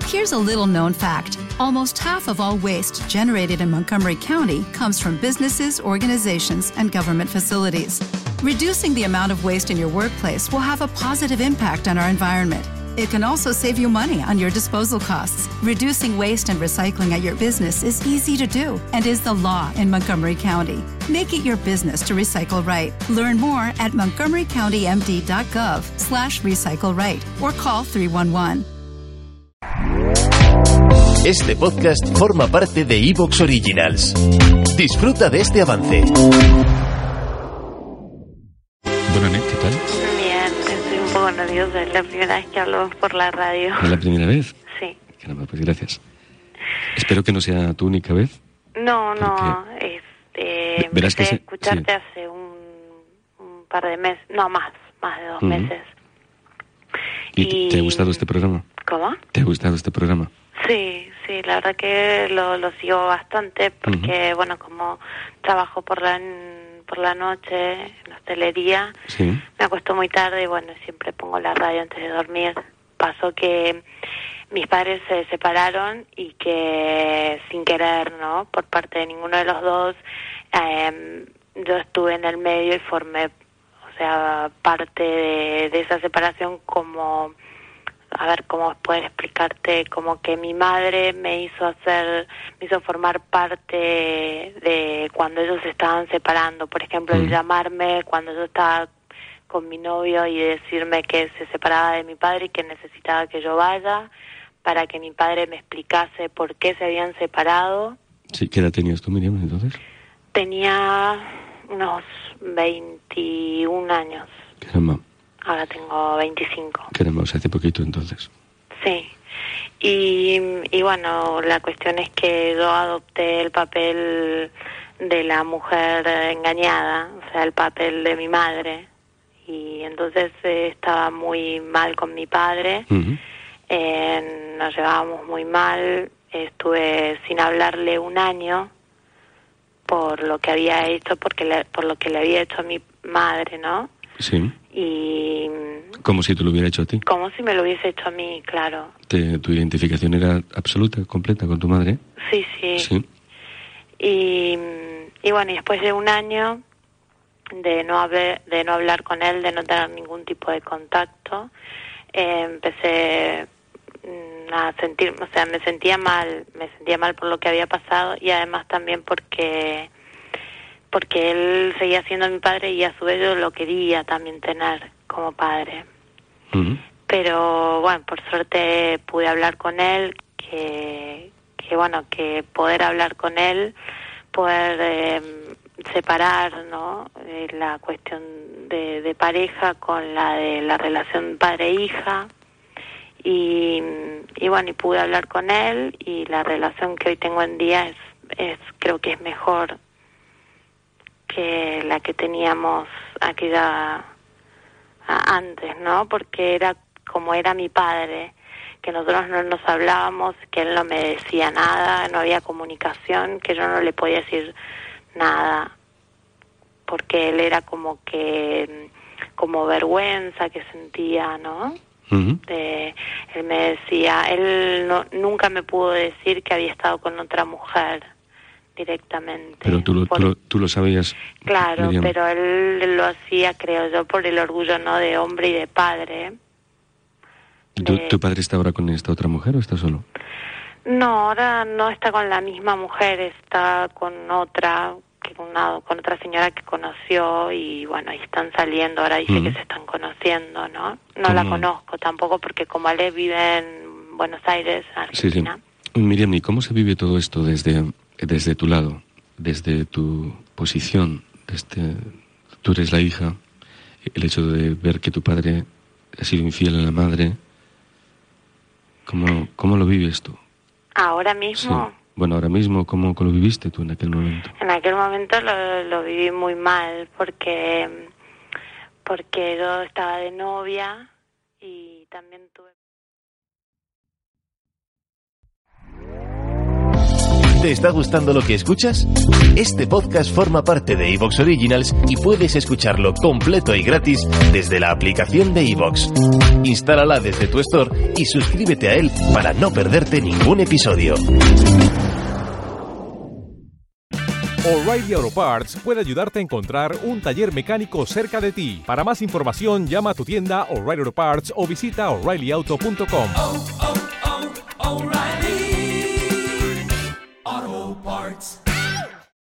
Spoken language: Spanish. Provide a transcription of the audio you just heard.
Here's a little known fact. Almost half of all waste generated in Montgomery County comes from businesses, organizations, and government facilities. Reducing the amount of waste in your workplace will have a positive impact on our environment. It can also save you money on your disposal costs. Reducing waste and recycling at your business is easy to do and is the law in Montgomery County. Make it your business to recycle right. Learn more at montgomerycountymd.gov/recycle right or call 311. Este podcast forma parte de iVoox Originals. Disfruta de este avance. Bueno, ¿qué tal? Bien, estoy un poco nerviosa. Es la primera vez que hablo por la radio. ¿Es la primera vez? Sí. Caramba, pues gracias. Espero que no sea tu única vez. No. Verás empecé que a escucharte hace un par de meses. No, más de 2 meses. ¿Y te ha gustado este programa? ¿Cómo? ¿Te ha gustado este programa? Sí, la verdad que lo sigo bastante porque, bueno, como trabajo por la noche en hostelería, Sí. me acuesto muy tarde y, bueno, siempre pongo la radio antes de dormir. Pasó que mis padres se separaron y que sin querer, ¿no?, por parte de ninguno de los dos, yo estuve en el medio y formé, o sea, parte de esa separación como... A ver, ¿cómo poder explicarte? Como que mi madre me hizo formar parte de cuando ellos se estaban separando. Por ejemplo, el llamarme cuando yo estaba con mi novio y decirme que se separaba de mi padre y que necesitaba que yo vaya para que mi padre me explicase por qué se habían separado. Sí, ¿qué edad tenías tú, Miriam, entonces? Tenía unos 21 años. Caramba. Ahora tengo 25. Caramba, o sea, hace poquito entonces. Sí. Y bueno, la cuestión es que yo adopté el papel de la mujer engañada, o sea, el papel de mi madre. Y entonces estaba muy mal con mi padre. Nos llevábamos muy mal. Estuve sin hablarle 1 año por lo que había hecho, por lo que le había hecho a mi madre, ¿no? Sí. Y... Como si te lo hubiera hecho a ti. Como si me lo hubiese hecho a mí, claro. ¿Tu identificación era absoluta, completa con tu madre? Sí. Sí. Y bueno, y después de 1 año de no hablar con él, de no tener ningún tipo de contacto, empecé a sentir, o sea, me sentía mal por lo que había pasado y además también porque él seguía siendo mi padre y a su vez yo lo quería también tener como padre. Pero bueno, por suerte pude hablar con él, que poder hablar con él, poder separar, ¿no?, la cuestión de pareja con la de la relación padre-hija. Y bueno, y pude hablar con él y la relación que hoy tengo en día creo que es mejor que la que teníamos aquella antes, ¿no? Porque era como era mi padre, que nosotros no nos hablábamos, que él no me decía nada, no había comunicación, que yo no le podía decir nada, porque él era como vergüenza que sentía, ¿no? Él me decía, nunca me pudo decir que había estado con otra mujer directamente. Pero tú lo sabías. Claro, Miriam. pero él lo hacía, creo yo, por el orgullo, ¿no?, de hombre y de padre. ¿Tu padre está ahora con esta otra mujer o está solo? No, ahora no está con la misma mujer, está con otra señora que conoció y bueno, ahí están saliendo, ahora dice que se están conociendo, ¿no? No la conozco tampoco porque como él vive en Buenos Aires, Argentina. Sí. Miriam, ¿y cómo se vive todo esto desde tu lado, desde tu posición? Tú eres la hija, el hecho de ver que tu padre ha sido infiel a la madre, ¿cómo lo vives tú? ¿Ahora mismo? Sí. Bueno, ahora mismo, ¿cómo lo viviste tú en aquel momento? En aquel momento lo viví muy mal porque yo estaba de novia y también tuve... ¿Te está gustando lo que escuchas? Este podcast forma parte de iVoox Originals y puedes escucharlo completo y gratis desde la aplicación de iVoox. Instálala desde tu store y suscríbete a él para no perderte ningún episodio. O'Reilly Auto Parts puede ayudarte a encontrar un taller mecánico cerca de ti. Para más información, llama a tu tienda O'Reilly Auto Parts o visita O'ReillyAuto.com.